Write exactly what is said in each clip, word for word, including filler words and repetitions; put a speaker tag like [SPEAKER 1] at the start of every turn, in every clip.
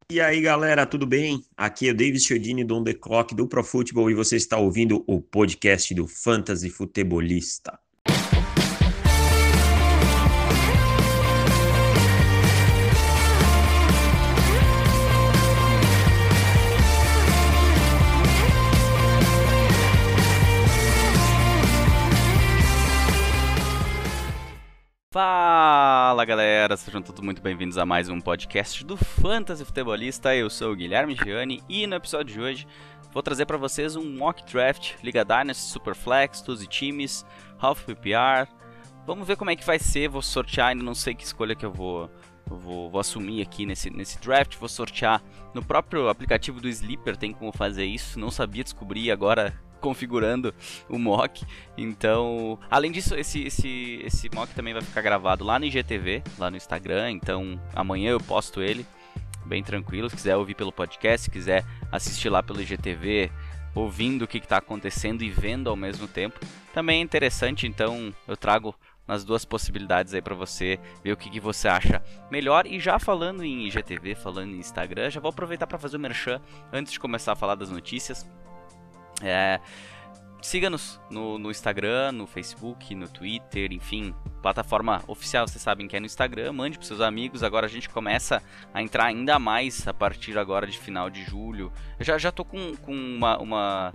[SPEAKER 1] E aí, galera, tudo bem? Aqui é o David Chiodini do On The Clock do Pro Football e você está ouvindo o podcast do Fantasy Futebolista.
[SPEAKER 2] Fala galera, sejam todos muito bem-vindos a mais um podcast do Fantasy Futebolista. Eu sou o Guilherme Gianni e no episódio de hoje vou trazer para vocês um mock draft, Liga Dynasty, Superflex, doze times, Half P P R. Vamos ver como é que vai ser, vou sortear, ainda não sei que escolha que eu vou, eu vou, vou assumir aqui nesse, nesse draft. Vou sortear no próprio aplicativo do Sleeper, tem como fazer isso, não sabia, descobrir agora configurando o mock. Então, além disso, esse, esse, esse mock também vai ficar gravado lá no I G T V, lá no Instagram. Então, amanhã eu posto ele, bem tranquilo. Se quiser ouvir pelo podcast, se quiser assistir lá pelo I G T V, ouvindo o que está acontecendo e vendo ao mesmo tempo, também é interessante. Então, eu trago nas duas possibilidades aí para você ver o que, que você acha melhor. E já falando em I G T V, falando em Instagram, já vou aproveitar para fazer o merchan antes de começar a falar das notícias. É, siga-nos no, no Instagram, no Facebook, no Twitter, enfim, plataforma oficial, vocês sabem que é no Instagram. Mande para seus amigos. Agora a gente começa a entrar ainda mais a partir agora de final de julho. Eu já, já tô com, com uma, uma,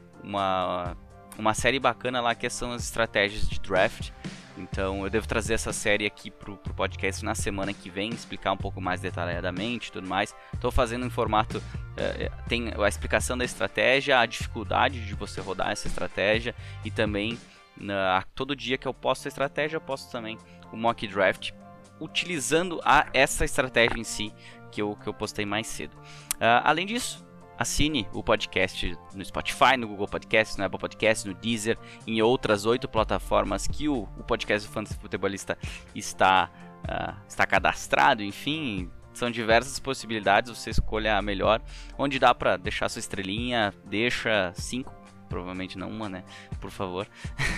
[SPEAKER 2] uma, uma série bacana lá, que são as estratégias de draft. Então eu devo trazer essa série aqui pro, pro podcast na semana que vem, explicar um pouco mais detalhadamente e tudo mais. Estou fazendo em formato, eh, tem a explicação da estratégia, a dificuldade de você rodar essa estratégia e também na, todo dia que eu posto a estratégia eu posto também o mock draft utilizando a, essa estratégia em si que eu, que eu postei mais cedo. Uh, além disso, assine o podcast no Spotify, no Google Podcast, no Apple Podcast, no Deezer, em outras oito plataformas que o, o podcast do Fantasy Futebolista está, uh, está cadastrado. Enfim, são diversas possibilidades, você escolha a melhor. Onde dá para deixar sua estrelinha, deixa cinco, provavelmente não uma, né? Por favor.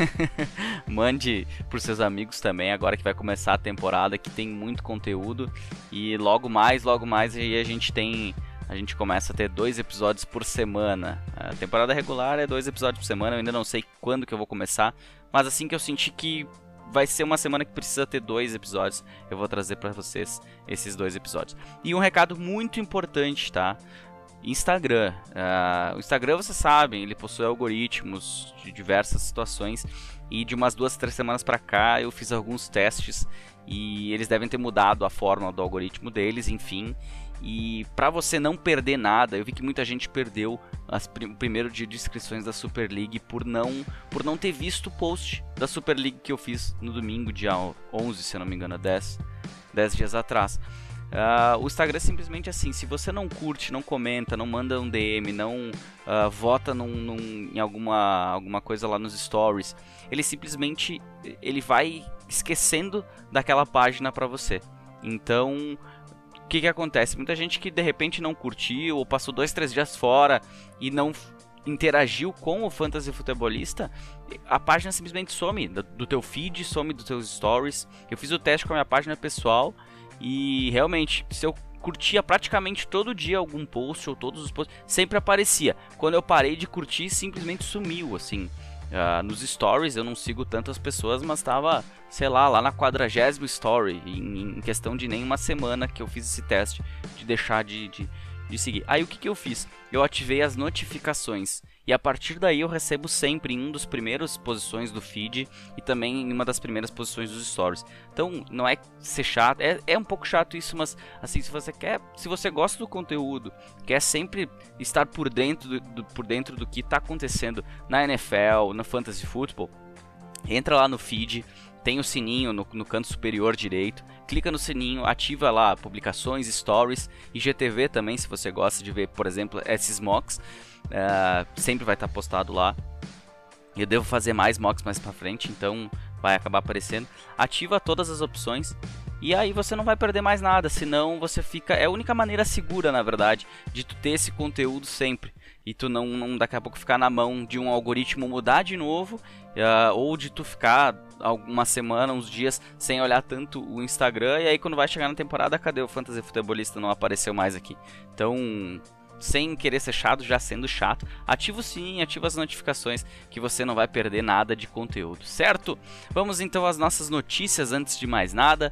[SPEAKER 2] Mande para os seus amigos também, agora que vai começar a temporada, que tem muito conteúdo. E logo mais, logo mais aí a gente tem... A gente começa a ter dois episódios por semana. A temporada regular é dois episódios por semana. Eu ainda não sei quando que eu vou começar, mas assim que eu sentir que vai ser uma semana que precisa ter dois episódios, eu vou trazer para vocês esses dois episódios. E um recado muito importante, tá? Instagram. Uh, o Instagram, vocês sabem, ele possui algoritmos de diversas situações. E de umas duas, três semanas para cá eu fiz alguns testes e eles devem ter mudado a forma do algoritmo deles, enfim. E para você não perder nada, eu vi que muita gente perdeu as prim- o primeiro dia de inscrições da Super League por não, por não ter visto o post da Super League que eu fiz no domingo, dia onze, se eu não me engano, dez, dez dias atrás. Uh, o Instagram é simplesmente assim: se você não curte, não comenta, não manda um D M, não uh, vota num, num, em alguma, alguma coisa lá nos stories, ele simplesmente ele vai esquecendo daquela página para você. Então, o que que acontece? Muita gente que de repente não curtiu ou passou dois, três dias fora e não interagiu com o Fantasy Futebolista, a página simplesmente some do, do teu feed, some dos teus stories. Eu fiz o teste com a minha página pessoal e realmente, se eu curtia praticamente todo dia algum post ou todos os posts, sempre aparecia. Quando eu parei de curtir, simplesmente sumiu, assim. Uh, nos stories eu não sigo tantas pessoas, mas estava, sei lá, lá na quadragésima story, em, em questão de nem uma semana que eu fiz esse teste de deixar de, de, de seguir. Aí o que, que eu fiz? Eu ativei as notificações e a partir daí eu recebo sempre em um dos primeiros posições do feed e também em uma das primeiras posições dos stories. Então não é ser chato, é, é um pouco chato isso, mas assim, se você quer, se você gosta do conteúdo, quer sempre estar por dentro do, do, por dentro do que está acontecendo na N F L, na Fantasy Football, entra lá no feed, tem o sininho no, no canto superior direito, clica no sininho, ativa lá publicações, stories, I G T V também, se você gosta de ver, por exemplo, esses mocks, uh, sempre vai estar postado lá. Eu devo fazer mais mocks mais pra frente, então vai acabar aparecendo. Ativa todas as opções e aí você não vai perder mais nada, senão você fica... É a única maneira segura, na verdade, de tu ter esse conteúdo sempre. e tu não, não daqui a pouco ficar na mão de um algoritmo mudar de novo, uh, ou de tu ficar alguma semana, uns dias, sem olhar tanto o Instagram, e aí quando vai chegar na temporada, cadê o Fantasy Futebolista? Não apareceu mais aqui. Então, sem querer ser chato, já sendo chato, ativa o sininho, ativa as notificações, que você não vai perder nada de conteúdo, certo? Vamos então às nossas notícias antes de mais nada.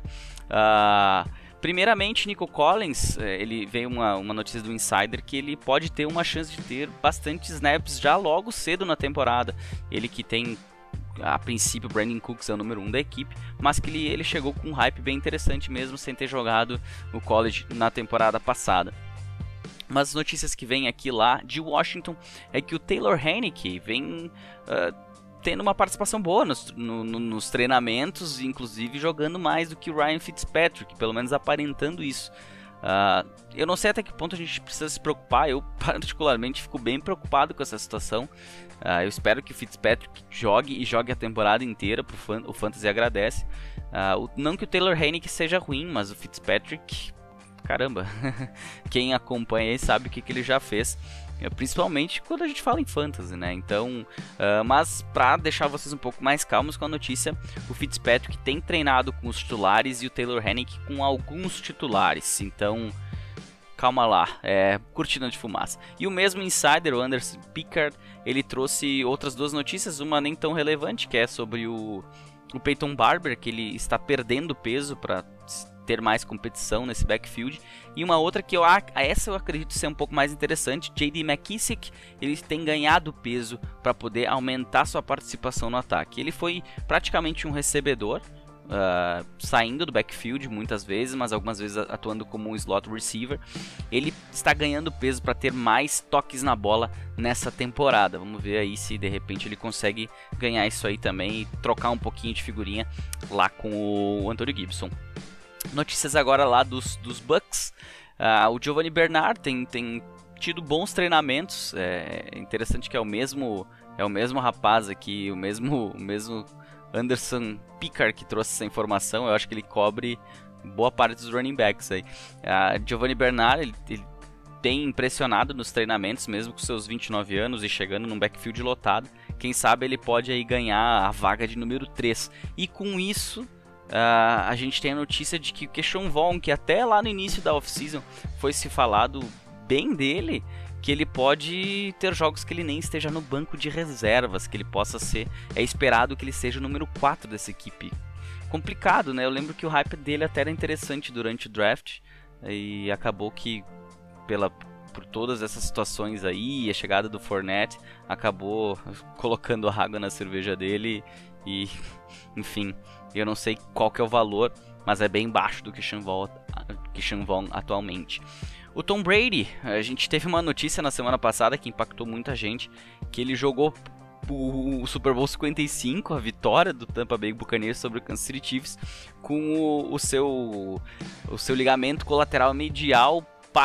[SPEAKER 2] Uh, primeiramente, Nico Collins, ele veio uma, uma notícia do Insider que ele pode ter uma chance de ter bastante snaps já logo cedo na temporada. Ele que tem, a princípio, Brandon Cooks é o número um da equipe, mas que ele, ele chegou com um hype bem interessante mesmo, sem ter jogado o college na temporada passada. Mas as notícias que vêm aqui lá de Washington é que o Taylor Heinicke vem uh, tendo uma participação boa nos, no, no, nos treinamentos, inclusive jogando mais do que o Ryan Fitzpatrick, pelo menos aparentando isso. Uh, eu não sei até que ponto a gente precisa se preocupar, eu particularmente fico bem preocupado com essa situação. Uh, eu espero que o Fitzpatrick jogue e jogue a temporada inteira, pro fan, o Fantasy agradece. Uh, o, não que o Taylor Heinicke seja ruim, mas o Fitzpatrick, caramba, quem acompanha aí sabe o que, que ele já fez. Principalmente quando a gente fala em Fantasy, né? Então, uh, mas para deixar vocês um pouco mais calmos com a notícia, o Fitzpatrick tem treinado com os titulares e o Taylor Heinicke com alguns titulares. Então, calma lá, é cortina de fumaça. E o mesmo insider, o Anderson Pickard, ele trouxe outras duas notícias, uma nem tão relevante, que é sobre o, o Peyton Barber, que ele está perdendo peso para ter mais competição nesse backfield, e uma outra que eu essa eu acredito ser um pouco mais interessante, J D McKissic, ele tem ganhado peso para poder aumentar sua participação no ataque. Ele foi praticamente um recebedor, uh, saindo do backfield muitas vezes, mas algumas vezes atuando como um slot receiver. Ele está ganhando peso para ter mais toques na bola nessa temporada. Vamos ver aí se de repente ele consegue ganhar isso aí também e trocar um pouquinho de figurinha lá com o Antonio Gibson. Notícias agora lá dos, dos Bucks. Uh, o Giovanni Bernard tem, tem tido bons treinamentos. É interessante que é o mesmo, é o mesmo rapaz aqui, o mesmo, o mesmo Anderson Pickard que trouxe essa informação. Eu acho que ele cobre boa parte dos running backs aí. Uh, Giovanni Bernard, ele, ele tem impressionado nos treinamentos, mesmo com seus vinte e nove anos e chegando num backfield lotado. Quem sabe ele pode aí ganhar a vaga de número três. E com isso, Uh, a gente tem a notícia de que o Keyshawn Vaughn, que até lá no início da off-season foi se falado bem dele, que ele pode ter jogos que ele nem esteja no banco de reservas, que ele possa ser, é esperado que ele seja o número quatro dessa equipe. Complicado, né? Eu lembro que o hype dele até era interessante durante o draft, e acabou que pela, por todas essas situações aí, a chegada do Fournette acabou colocando água na cerveja dele e, enfim, eu não sei qual que é o valor, mas é bem baixo do que Keyshawn Vaughn atualmente. O Tom Brady, a gente teve uma notícia na semana passada que impactou muita gente, que ele jogou o Super Bowl cinquenta e cinco, a vitória do Tampa Bay Buccaneers sobre o Kansas City Chiefs, com o, o, seu, o seu ligamento colateral medial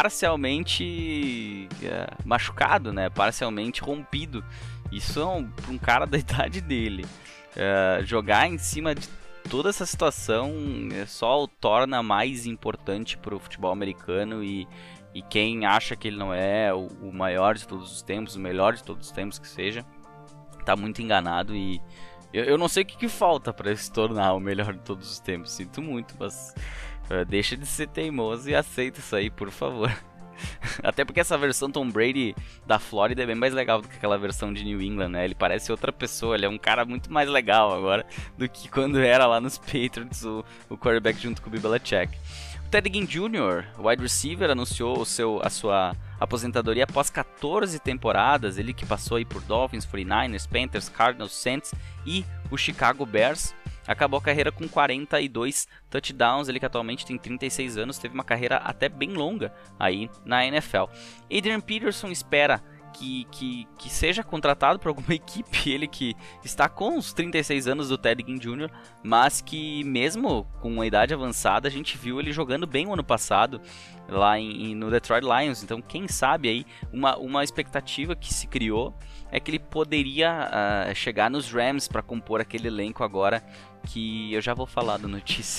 [SPEAKER 2] parcialmente é, machucado, né? Parcialmente rompido. Isso é um, para um cara da idade dele. É, jogar em cima de toda essa situação só o torna mais importante para o futebol americano, e, e quem acha que ele não é o, o maior de todos os tempos, o melhor de todos os tempos que seja, tá muito enganado. E eu, eu não sei o que, que falta para se tornar o melhor de todos os tempos, sinto muito, mas uh, deixa de ser teimoso e aceita isso aí, por favor. Até porque essa versão Tom Brady da Flórida é bem mais legal do que aquela versão de New England, né? Ele parece outra pessoa, ele é um cara muito mais legal agora do que quando era lá nos Patriots, o, o quarterback junto com o Bill Belichick. O Ted Ginn Júnior, wide receiver, anunciou o seu, a sua aposentadoria após quatorze temporadas. Ele que passou aí por Dolphins, forty-niners, Panthers, Cardinals, Saints e o Chicago Bears. Acabou a carreira com quarenta e dois touchdowns, ele que atualmente tem trinta e seis anos, teve uma carreira até bem longa aí na N F L. Adrian Peterson espera que, que, que seja contratado por alguma equipe, ele que está com os trinta e seis anos do Ted Ginn Júnior, mas que mesmo com uma idade avançada, a gente viu ele jogando bem o ano passado lá em, no Detroit Lions. Então quem sabe aí, uma, uma expectativa que se criou é que ele poderia uh, chegar nos Rams para compor aquele elenco agora, que eu já vou falar da notícia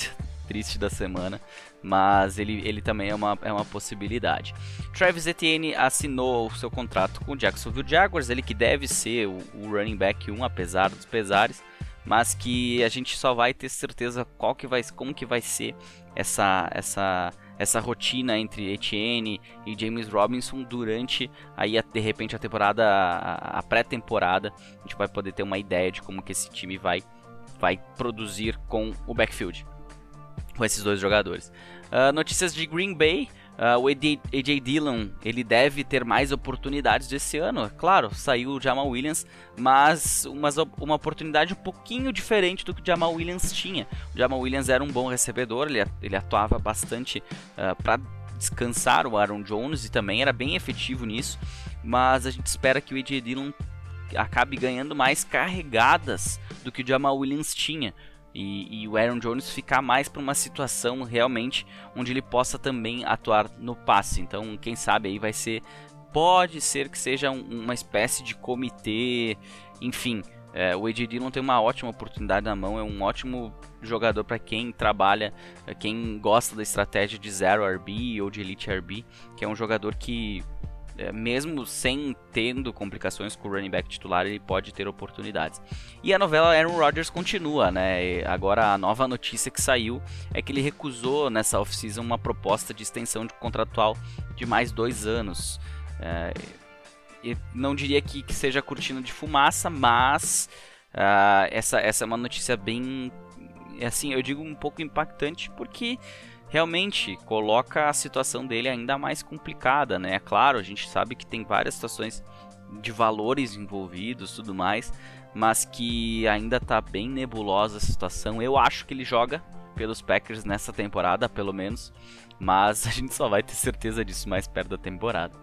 [SPEAKER 2] triste da semana, mas ele, ele também é uma, é uma possibilidade. Travis Etienne assinou o seu contrato com o Jacksonville Jaguars, ele que deve ser o, o running back um, apesar dos pesares, mas que a gente só vai ter certeza qual que vai, como que vai ser essa, essa, essa rotina entre Etienne e James Robinson durante aí de repente a temporada, a, a pré-temporada. A gente vai poder ter uma ideia de como que esse time vai, vai produzir com o backfield, com esses dois jogadores. Uh, notícias de Green Bay. Uh, o A J Dillon, ele deve ter mais oportunidades desse ano. Claro, saiu o Jamal Williams, mas uma, uma oportunidade um pouquinho diferente do que o Jamal Williams tinha. O Jamal Williams era um bom recebedor, ele, ele atuava bastante uh, para descansar o Aaron Jones e também era bem efetivo nisso, mas a gente espera que o A J Dillon acabe ganhando mais carregadas do que o Jamal Williams tinha. E, e o Aaron Jones ficar mais para uma situação realmente onde ele possa também atuar no passe. Então, quem sabe aí vai ser, pode ser que seja um, uma espécie de comitê, enfim. É, o A J Dillon tem uma ótima oportunidade na mão, é um ótimo jogador para quem trabalha, quem gosta da estratégia de zero R B ou de Elite R B, que é um jogador que, é, mesmo sem tendo complicações com o running back titular, ele pode ter oportunidades. E a novela Aaron Rodgers continua, né? E agora a nova notícia que saiu é que ele recusou nessa off-season uma proposta de extensão de contratual de mais dois anos. É, eu não diria que, que seja cortina de fumaça, mas uh, essa, essa é uma notícia bem, assim, eu digo um pouco impactante, porque realmente coloca a situação dele ainda mais complicada, né? É claro, a gente sabe que tem várias situações de valores envolvidos, tudo mais, mas que ainda tá bem nebulosa a situação. Eu acho que ele joga pelos Packers nessa temporada, pelo menos, mas a gente só vai ter certeza disso mais perto da temporada.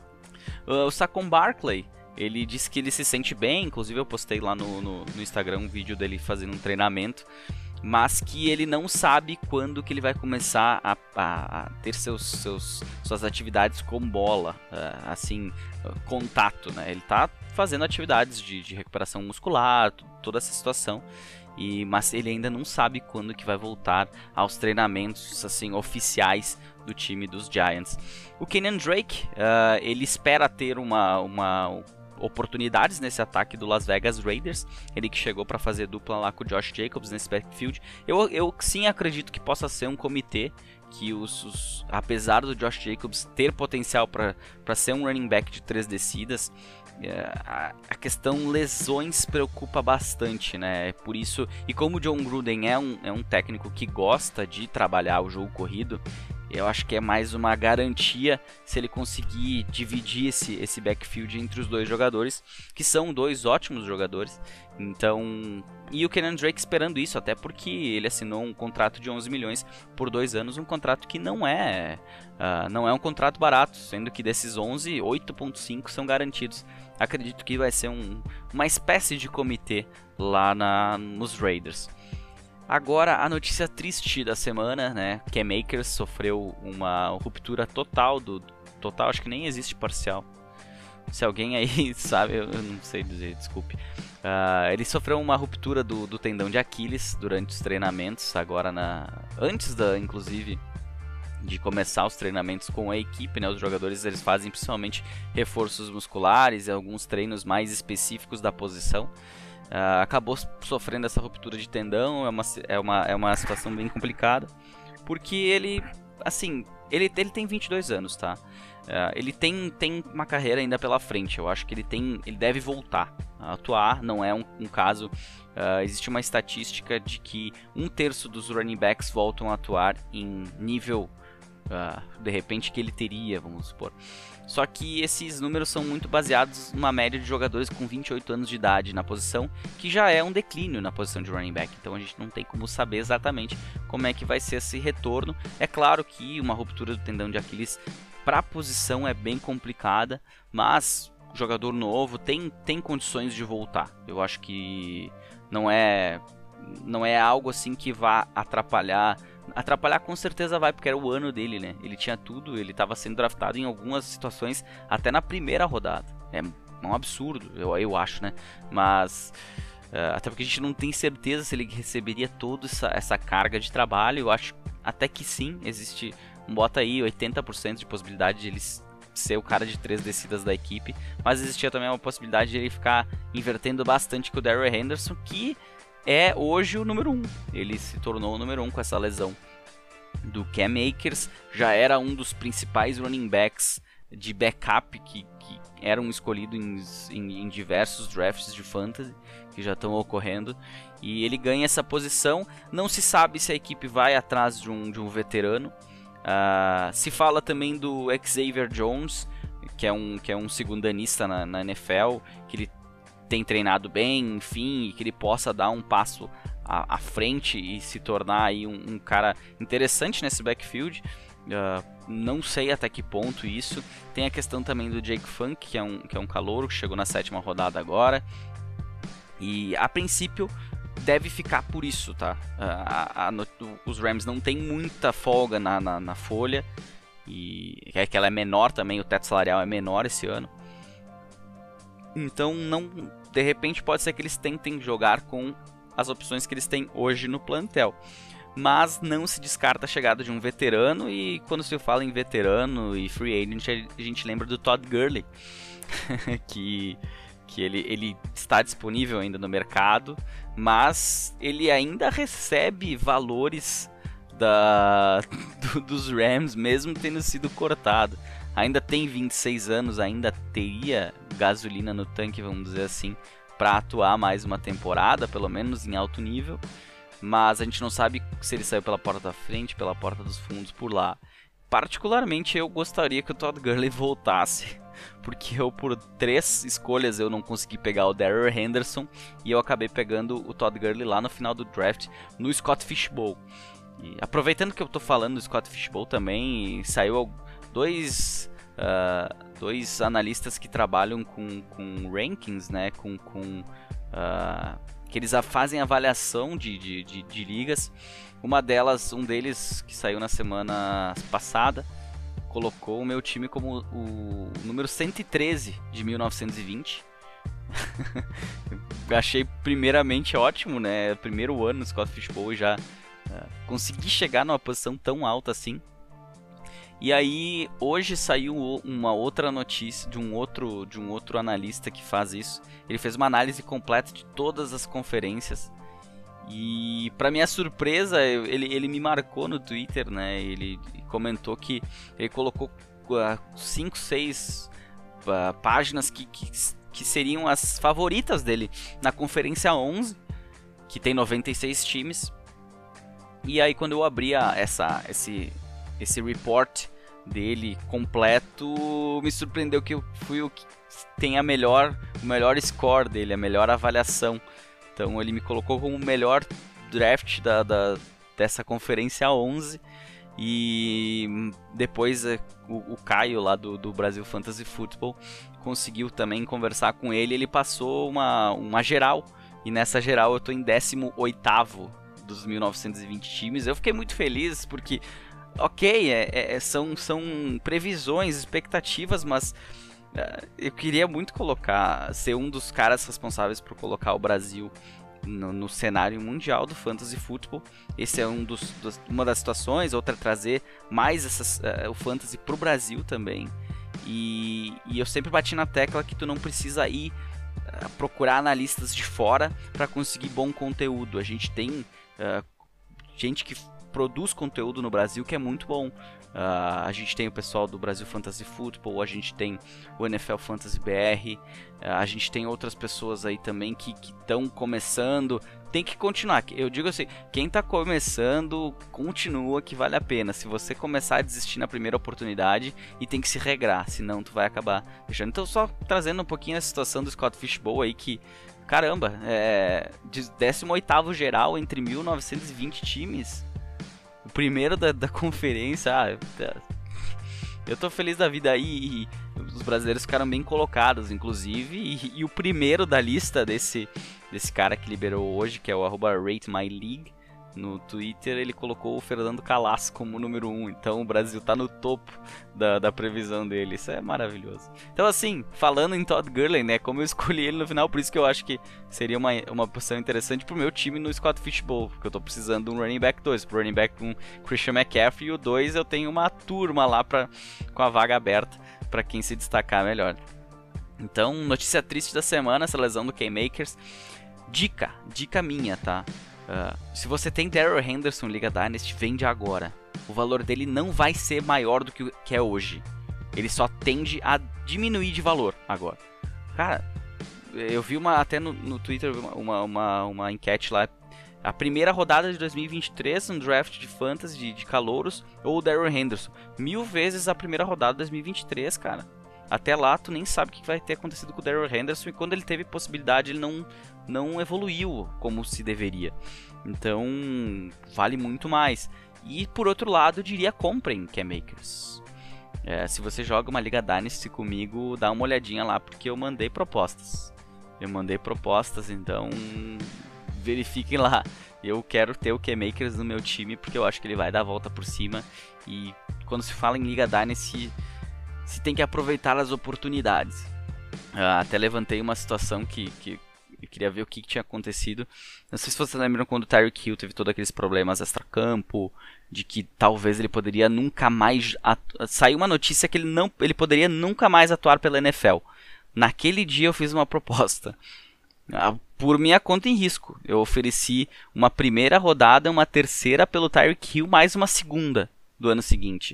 [SPEAKER 2] Uh, o Saquon Barkley, ele disse que ele se sente bem, inclusive eu postei lá no, no, no Instagram um vídeo dele fazendo um treinamento, mas que ele não sabe quando que ele vai começar a, a, a ter seus, seus, suas atividades com bola, uh, assim, uh, contato, né? Ele está fazendo atividades de, de recuperação muscular, toda essa situação, e, mas ele ainda não sabe quando que vai voltar aos treinamentos assim, oficiais do time dos Giants. O Kenyan Drake, uh, ele espera ter uma... uma oportunidades nesse ataque do Las Vegas Raiders, ele que chegou para fazer dupla lá com o Josh Jacobs nesse backfield. Eu, eu sim acredito que possa ser um comitê, que os, os apesar do Josh Jacobs ter potencial para ser um running back de três descidas, a, a questão lesões preocupa bastante, né? Por isso, e como o John Gruden é um, é um técnico que gosta de trabalhar o jogo corrido, eu acho que é mais uma garantia se ele conseguir dividir esse, esse backfield entre os dois jogadores, que são dois ótimos jogadores. Então, e o Kenyan Drake esperando isso, até porque ele assinou um contrato de onze milhões por dois anos, um contrato que não é, uh, não é um contrato barato, sendo que desses onze, oito vírgula cinco são garantidos. Acredito que vai ser um, uma espécie de comitê lá na, nos Raiders. Agora, a notícia triste da semana, né? Cam Akers sofreu uma ruptura total do... Total, acho que nem existe parcial. Se alguém aí sabe, eu não sei dizer, desculpe. Uh, ele sofreu uma ruptura do, do tendão de Aquiles durante os treinamentos, agora na... Antes, da, inclusive, de começar os treinamentos com a equipe, né? Os jogadores, eles fazem principalmente reforços musculares e alguns treinos mais específicos da posição. Uh, acabou sofrendo essa ruptura de tendão, é uma, é uma, é uma situação bem complicada, porque ele, assim, ele, ele tem vinte e dois anos, tá? Uh, ele tem, tem uma carreira ainda pela frente, eu acho que ele, tem, ele deve voltar a atuar, não é um, um caso, uh, existe uma estatística de que um terço dos running backs voltam a atuar em nível, uh, de repente, que ele teria, vamos supor. Só que esses números são muito baseados numa média de jogadores com vinte e oito anos de idade na posição, que já é um declínio na posição de running back. Então a gente não tem como saber exatamente como é que vai ser esse retorno. É claro que uma ruptura do tendão de Aquiles para a posição é bem complicada, mas o jogador novo tem, tem condições de voltar. Eu acho que não é, não é algo assim que vá atrapalhar. Atrapalhar com certeza vai, porque era o ano dele, né? Ele tinha tudo, ele estava sendo draftado em algumas situações até na primeira rodada. É um absurdo, eu, eu acho, né? Mas, uh, até porque a gente não tem certeza se ele receberia toda essa, essa carga de trabalho. Eu acho até que sim, existe, bota aí oitenta por cento de possibilidade de ele ser o cara de três descidas da equipe, mas existia também uma possibilidade de ele ficar invertendo bastante com o Darrell Henderson, que é hoje o número um. Ele se tornou o número um com essa lesão do Cam Akers, já era um dos principais running backs de backup que, que eram escolhidos em, em, em diversos drafts de fantasy que já estão ocorrendo, e ele ganha essa posição. Não se sabe se a equipe vai atrás de um, de um veterano. Uh, se fala também do Xavier Jones, que é um, que é um segundanista na, na N F L, que ele tem treinado bem, enfim, e que ele possa dar um passo à, à frente e se tornar aí um, um cara interessante nesse backfield. Uh, não sei até que ponto isso. Tem a questão também do Jake Funk, que é um, que é um calouro, que chegou na sétima rodada agora. E a princípio deve ficar por isso, tá? Uh, a, a, no, os Rams não tem muita folga na, na, na folha. E é que ela é menor também, o teto salarial é menor esse ano. Então, não, de repente, pode ser que eles tentem jogar com as opções que eles têm hoje no plantel. Mas não se descarta a chegada de um veterano, e quando se fala em veterano e free agent, a gente lembra do Todd Gurley, que, que ele, ele está disponível ainda no mercado, mas ele ainda recebe valores da, do, dos Rams, mesmo tendo sido cortado. Ainda tem vinte e seis anos, ainda teria gasolina no tanque, vamos dizer assim, para atuar mais uma temporada, pelo menos em alto nível. Mas a gente não sabe se ele saiu pela porta da frente, pela porta dos fundos, por lá. Particularmente eu gostaria que o Todd Gurley voltasse, porque eu por três escolhas eu não consegui pegar o Darrell Henderson, e eu acabei pegando o Todd Gurley lá no final do draft, no Scott Fishbowl. E aproveitando que eu tô falando do Scott Fishbowl também, saiu dois, uh, dois analistas que trabalham com, com rankings, né, com... com uh, que eles fazem avaliação de, de, de, de ligas. Uma delas, um deles que saiu na semana passada, colocou o meu time como o número cento e treze de mil novecentos e vinte. Achei primeiramente ótimo, né? Primeiro ano no Scott Fishbowl, já uh, consegui chegar numa posição tão alta assim. E aí, hoje saiu uma outra notícia de um outro, de um outro analista que faz isso. Ele fez uma análise completa de todas as conferências. E, para minha surpresa, ele, ele me marcou no Twitter, né? Ele comentou que ele colocou cinco, seis uh, páginas que, que, que seriam as favoritas dele na Conferência onze, que tem noventa e seis times. E aí, quando eu abri a, essa... esse esse report dele completo, me surpreendeu que eu fui o que tem a melhor, o melhor score dele, a melhor avaliação. Então ele me colocou como o melhor draft da, da, dessa Conferência onze. E depois o, o Caio lá do, do Brasil Fantasy Football conseguiu também conversar com ele. Ele passou uma, uma geral, e nessa geral eu estou em décimo oitavo dos mil novecentos e vinte times. Eu fiquei muito feliz porque... Ok, é, é, são, são previsões, expectativas, mas uh, eu queria muito colocar, ser um dos caras responsáveis por colocar o Brasil no, no cenário mundial do Fantasy Football. Esse é um dos, dos, uma das situações, outra é trazer mais essas, uh, o Fantasy pro Brasil também. E, e eu sempre bati na tecla que tu não precisa ir uh, procurar analistas de fora para conseguir bom conteúdo. A gente tem uh, gente que produz conteúdo no Brasil que é muito bom. Uh, a gente tem o pessoal do Brasil Fantasy Football, a gente tem o N F L Fantasy B R, uh, a gente tem outras pessoas aí também que estão começando. Tem que continuar. Eu digo assim, quem está começando, continua, que vale a pena. Se você começar a desistir na primeira oportunidade, e tem que se regrar, senão tu vai acabar deixando. Então, só trazendo um pouquinho a situação do Scott Fishbowl aí, que caramba, é décimo oitavo geral entre mil novecentos e vinte times. O primeiro da, da conferência. Ah, eu tô feliz da vida aí. E os brasileiros ficaram bem colocados, inclusive. E, e o primeiro da lista desse, desse cara que liberou hoje, que é o arroba RateMyLeague, no Twitter, ele colocou o Fernando Calaço como número um. Então o Brasil tá no topo da, da previsão dele. Isso é maravilhoso. Então assim, falando em Todd Gurley, né, como eu escolhi ele no final, por isso que eu acho que seria uma, uma posição interessante pro meu time no Squad Fishbowl, porque eu tô precisando de um running back dois, pro running back um Christian McCaffrey, e o dois eu tenho uma turma lá pra, com a vaga aberta para quem se destacar melhor. Então, notícia triste da semana, essa lesão do K-Makers. Dica, dica minha, tá? Uh, se você tem Darrell Henderson em Liga Dynasty, vende agora. O valor dele não vai ser maior do que o que é hoje. Ele só tende a diminuir de valor agora. Cara, eu vi uma, até no, no Twitter uma, uma, uma enquete lá. A primeira rodada de dois mil e vinte e três, um draft de fantasy, de, de calouros, ou o Darrell Henderson. Mil vezes a primeira rodada de dois mil e vinte e três, cara. Até lá, tu nem sabe o que vai ter acontecido com o Darrell Henderson. E quando ele teve possibilidade, ele não, não evoluiu como se deveria. Então, vale muito mais. E, por outro lado, eu diria, comprem K-Makers. É, se você joga uma Liga Dynasty comigo, dá uma olhadinha lá, porque eu mandei propostas. Eu mandei propostas, então... verifiquem lá. Eu quero ter o K-Makers no meu time, porque eu acho que ele vai dar a volta por cima. E quando se fala em Liga Dynasty, se tem que aproveitar as oportunidades. Uh, até levantei uma situação que, que eu queria ver o que, que tinha acontecido. Não sei se vocês lembram quando o Tyreek Hill teve todos aqueles problemas extracampo, de que talvez ele poderia nunca mais... Atu... Saiu uma notícia que ele, não, ele poderia nunca mais atuar pela N F L. Naquele dia eu fiz uma proposta. Por minha conta em risco. Eu ofereci uma primeira rodada, uma terceira pelo Tyreek Hill, mais uma segunda do ano seguinte.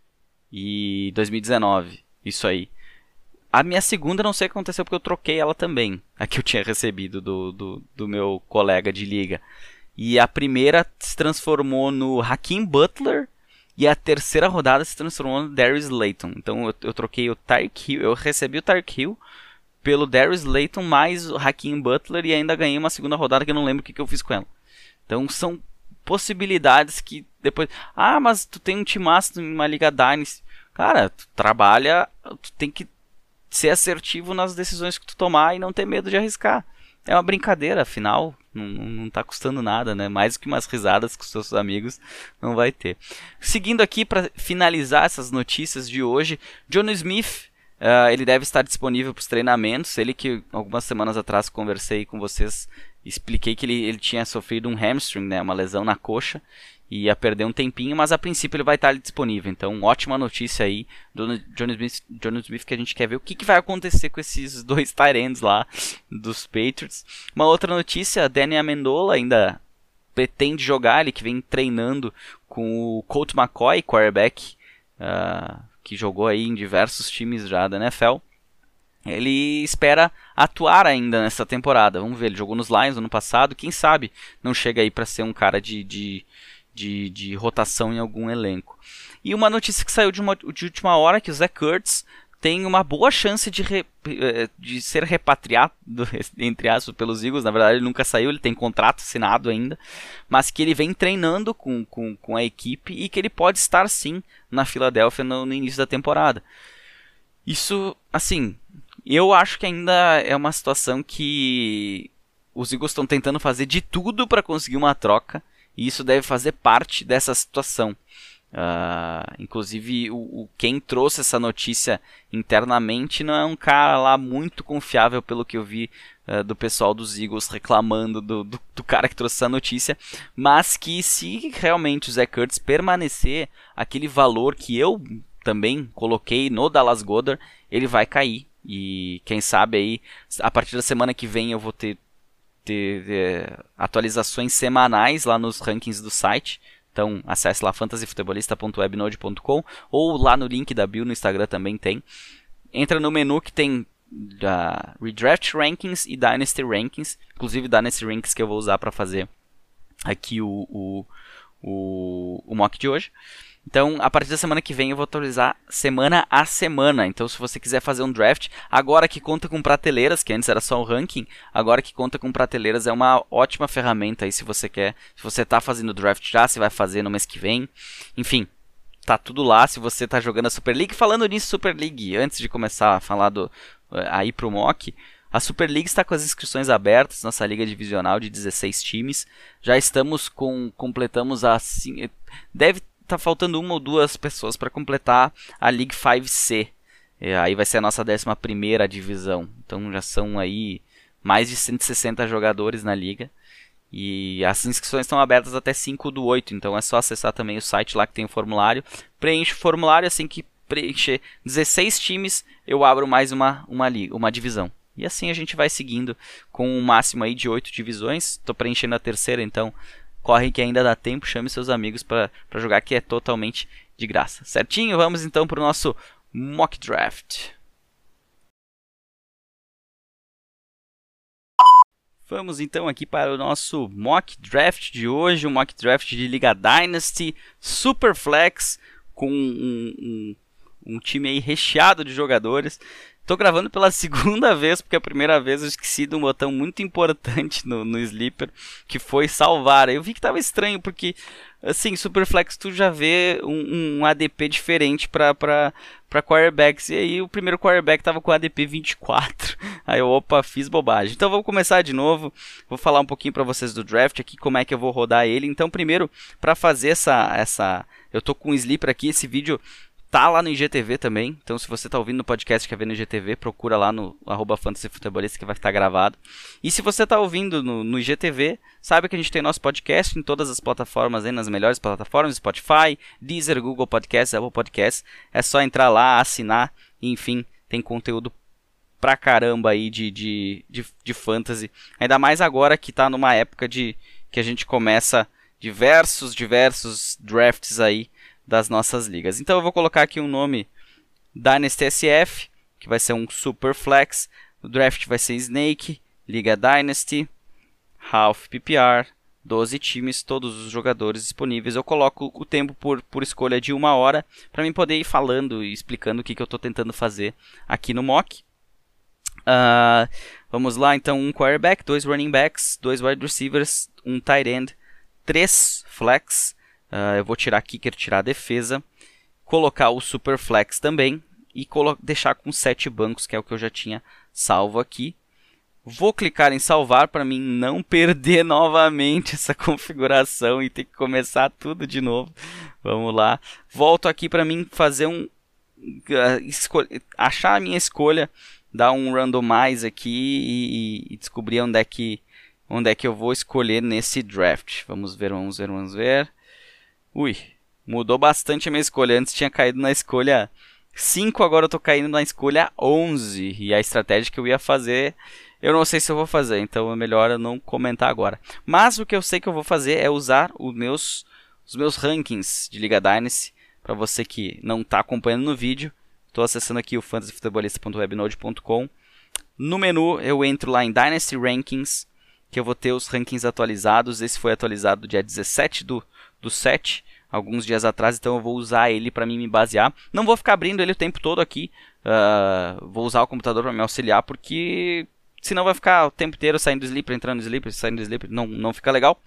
[SPEAKER 2] E dois mil e dezenove. Isso aí. A minha segunda não sei o que aconteceu porque eu troquei ela também. A que eu tinha recebido do, do, do meu colega de liga. E a primeira se transformou no Hakeem Butler. E a terceira rodada se transformou no Darius Slayton. Então eu, eu troquei o Tyreek Hill. Eu recebi o Tyreek Hill pelo Darius Slayton mais o Hakeem Butler e ainda ganhei uma segunda rodada que eu não lembro o que, que eu fiz com ela. Então são possibilidades que depois... Ah, mas tu tem um timaço em uma Liga Dynasty. Cara, tu trabalha, tu tem que ser assertivo nas decisões que tu tomar e não ter medo de arriscar. É uma brincadeira, afinal, não, não tá custando nada, né? Mais do que umas risadas com os seus amigos, não vai ter. Seguindo aqui para finalizar essas notícias de hoje, Jonnu Smith... Uh, ele deve estar disponível para os treinamentos. Ele que algumas semanas atrás conversei com vocês, expliquei que ele, ele tinha sofrido um hamstring, né, uma lesão na coxa, e ia perder um tempinho, mas a princípio ele vai estar disponível. Então, ótima notícia aí do Jonnu Smith, Jonnu Smith, que a gente quer ver o que, que vai acontecer com esses dois tight ends lá dos Patriots. Uma outra notícia, Danny Amendola ainda pretende jogar, ele que vem treinando com o Colt McCoy, quarterback, uh, que jogou aí em diversos times já da N F L. Ele espera atuar ainda nessa temporada. Vamos ver, ele jogou nos Lions no ano passado. Quem sabe não chega aí para ser um cara de, de, de, de rotação em algum elenco. E uma notícia que saiu de, uma, de última hora, que o Zach Ertz tem uma boa chance de, re, de ser repatriado, entre aspas, pelos Eagles. Na verdade ele nunca saiu, ele tem contrato assinado ainda, mas que ele vem treinando com, com, com a equipe e que ele pode estar sim na Filadélfia no, no início da temporada. Isso, assim, eu acho que ainda é uma situação que os Eagles estão tentando fazer de tudo para conseguir uma troca, e isso deve fazer parte dessa situação. Uh, inclusive o, o, quem trouxe essa notícia internamente não é um cara lá muito confiável, pelo que eu vi uh, do pessoal dos Eagles reclamando do, do, do cara que trouxe essa notícia, mas que se realmente o Zach Ertz permanecer aquele valor que eu também coloquei no Dallas Goedert, ele vai cair. E quem sabe aí a partir da semana que vem eu vou ter, ter, ter atualizações semanais lá nos rankings do site. Então acesse lá fantasy futebolista ponto webnode ponto com ou lá no link da bio no Instagram também tem. Entra no menu que tem uh, Redraft Rankings e Dynasty Rankings. Inclusive Dynasty Rankings que eu vou usar para fazer aqui o, o, o, o mock de hoje. Então, a partir da semana que vem eu vou atualizar semana a semana. Então, se você quiser fazer um draft, agora que conta com prateleiras, que antes era só o ranking, agora que conta com prateleiras é uma ótima ferramenta aí se você quer. Se você está fazendo draft já, se vai fazer no mês que vem. Enfim, tá tudo lá se você está jogando a Super League. Falando nisso, Super League, antes de começar a falar do, aí pro mock, A Super League está com as inscrições abertas, nossa liga divisional de dezesseis times. Já estamos com, completamos assim, deve estar tá faltando uma ou duas pessoas para completar a League cinco C. É, aí vai ser a nossa décima primeira divisão. Então já são aí mais de cento e sessenta jogadores na liga. E as inscrições estão abertas até cinco do oito, então é só acessar também o site lá que tem o formulário. Preenche o formulário, assim que preencher dezesseis times, eu abro mais uma, uma, liga, uma divisão. E assim a gente vai seguindo com um máximo aí de oito divisões. Estou preenchendo a terceira, então corre que ainda dá tempo, chame seus amigos para jogar, que é totalmente de graça. Certinho? Vamos então para o nosso Mock Draft. Vamos então aqui para o nosso Mock Draft de hoje, um Mock Draft de Liga Dynasty, Superflex, com um, um, um time aí recheado de jogadores. Estou gravando pela segunda vez, porque a primeira vez eu esqueci de um botão muito importante no, no Sleeper, que foi salvar. Eu vi que estava estranho, porque assim, Superflex tu já vê um, um A D P diferente para para quarterbacks, e aí o primeiro quarterback estava com A D P vinte e quatro. Aí eu, opa, fiz bobagem. Então vamos começar de novo. Vou falar um pouquinho para vocês do draft aqui, como é que eu vou rodar ele. Então primeiro, para fazer essa essa, eu tô com o Sleeper aqui, esse vídeo tá lá no I G T V também, então se você tá ouvindo no podcast e quer ver no I G T V, procura lá no arroba fantasy futebolista que vai estar gravado. E se você tá ouvindo no, no I G T V, sabe que a gente tem nosso podcast em todas as plataformas, aí, nas melhores plataformas, Spotify, Deezer, Google Podcasts, Apple Podcasts. É só entrar lá, assinar, e, enfim, tem conteúdo pra caramba aí de, de, de, de fantasy. Ainda mais agora que tá numa época de que a gente começa diversos, diversos drafts aí das nossas ligas. Então eu vou colocar aqui um nome Dynasty S F, que vai ser um Super Flex. O draft vai ser Snake, Liga Dynasty, Half P P R, doze times, todos os jogadores disponíveis. Eu coloco o tempo por, por escolha de uma hora, para mim poder ir falando e explicando o que, que eu estou tentando fazer aqui no mock. Uh, vamos lá, então, um quarterback, dois running backs, dois wide receivers, um tight end, três flex. Uh, eu vou tirar kicker, tirar a defesa, colocar o super flex também e deixar com sete bancos, que é o que eu já tinha salvo aqui. Vou clicar em salvar para mim não perder novamente essa configuração e ter que começar tudo de novo. Vamos lá. Volto aqui para mim fazer um... Uh, achar a minha escolha, dar um randomize aqui e, e descobrir onde é, que, onde é que eu vou escolher nesse draft. Vamos ver, vamos ver, vamos ver. Ui, mudou bastante a minha escolha. Antes tinha caído na escolha cinco, agora eu estou caindo na escolha onze. E a estratégia que eu ia fazer, eu não sei se eu vou fazer, então é melhor eu não comentar agora. Mas o que eu sei que eu vou fazer é usar os meus, os meus rankings de Liga Dynasty. Para você que não está acompanhando no vídeo, estou acessando aqui o fantasy futebolista ponto webnode ponto com. No menu eu entro lá em Dynasty Rankings, que eu vou ter os rankings atualizados. Esse foi atualizado dia dezessete do do sete, alguns dias atrás, então eu vou usar ele para mim me basear. Não vou ficar abrindo ele o tempo todo aqui, uh, vou usar o computador para me auxiliar, porque senão vai ficar o tempo inteiro saindo do sleeper, entrando no sleeper, saindo do sleeper, não, não fica legal.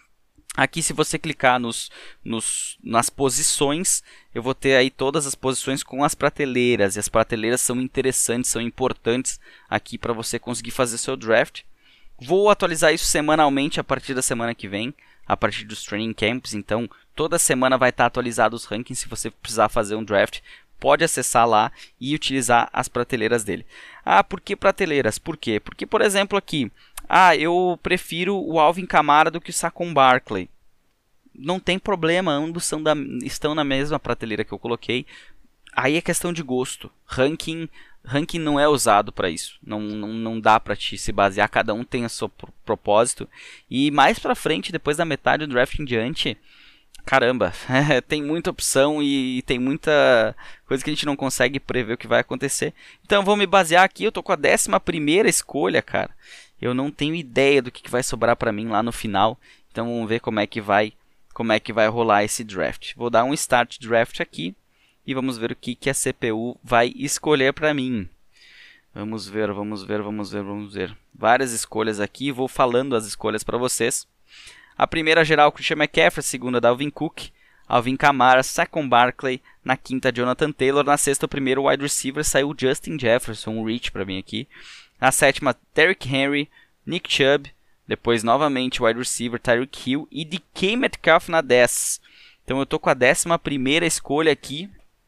[SPEAKER 2] Aqui, se você clicar nos, nos, nas posições, eu vou ter aí todas as posições com as prateleiras, e as prateleiras são interessantes, são importantes aqui para você conseguir fazer seu draft. Vou atualizar isso semanalmente a partir da semana que vem, a partir dos training camps, então toda semana vai estar atualizado os rankings. Se você precisar fazer um draft, pode acessar lá e utilizar as prateleiras dele. Ah, por que prateleiras? Por quê? Porque, por exemplo, aqui, ah, eu prefiro o Alvin Kamara do que o Saquon Barkley. Não tem problema, ambos são da, estão na mesma prateleira que eu coloquei. Aí é questão de gosto. Ranking, ranking não é usado para isso. Não, não, não dá para te se basear. Cada um tem o seu propósito. E mais para frente, depois da metade do draft em diante, caramba, tem muita opção e tem muita coisa que a gente não consegue prever o que vai acontecer. Então eu vou me basear aqui. Eu tô com a décima primeira escolha, cara. Eu não tenho ideia do que, que vai sobrar para mim lá no final. Então vamos ver como é que vai, como é que vai rolar esse draft. Vou dar um start draft aqui. E vamos ver o que, que a C P U vai escolher para mim. Vamos ver, vamos ver, vamos ver, vamos ver. Várias escolhas aqui, vou falando as escolhas para vocês. A primeira geral, Christian McCaffrey. A segunda, Dalvin Cook. Alvin Kamara, Saquon Barkley, na quinta Jonathan Taylor, na sexta o primeiro wide receiver saiu Justin Jefferson, um reach para mim aqui. Na sétima Derrick Henry, Nick Chubb, depois novamente wide receiver Tyreek Hill e D K Metcalf na dez. Então eu tô com a décima primeira escolha aqui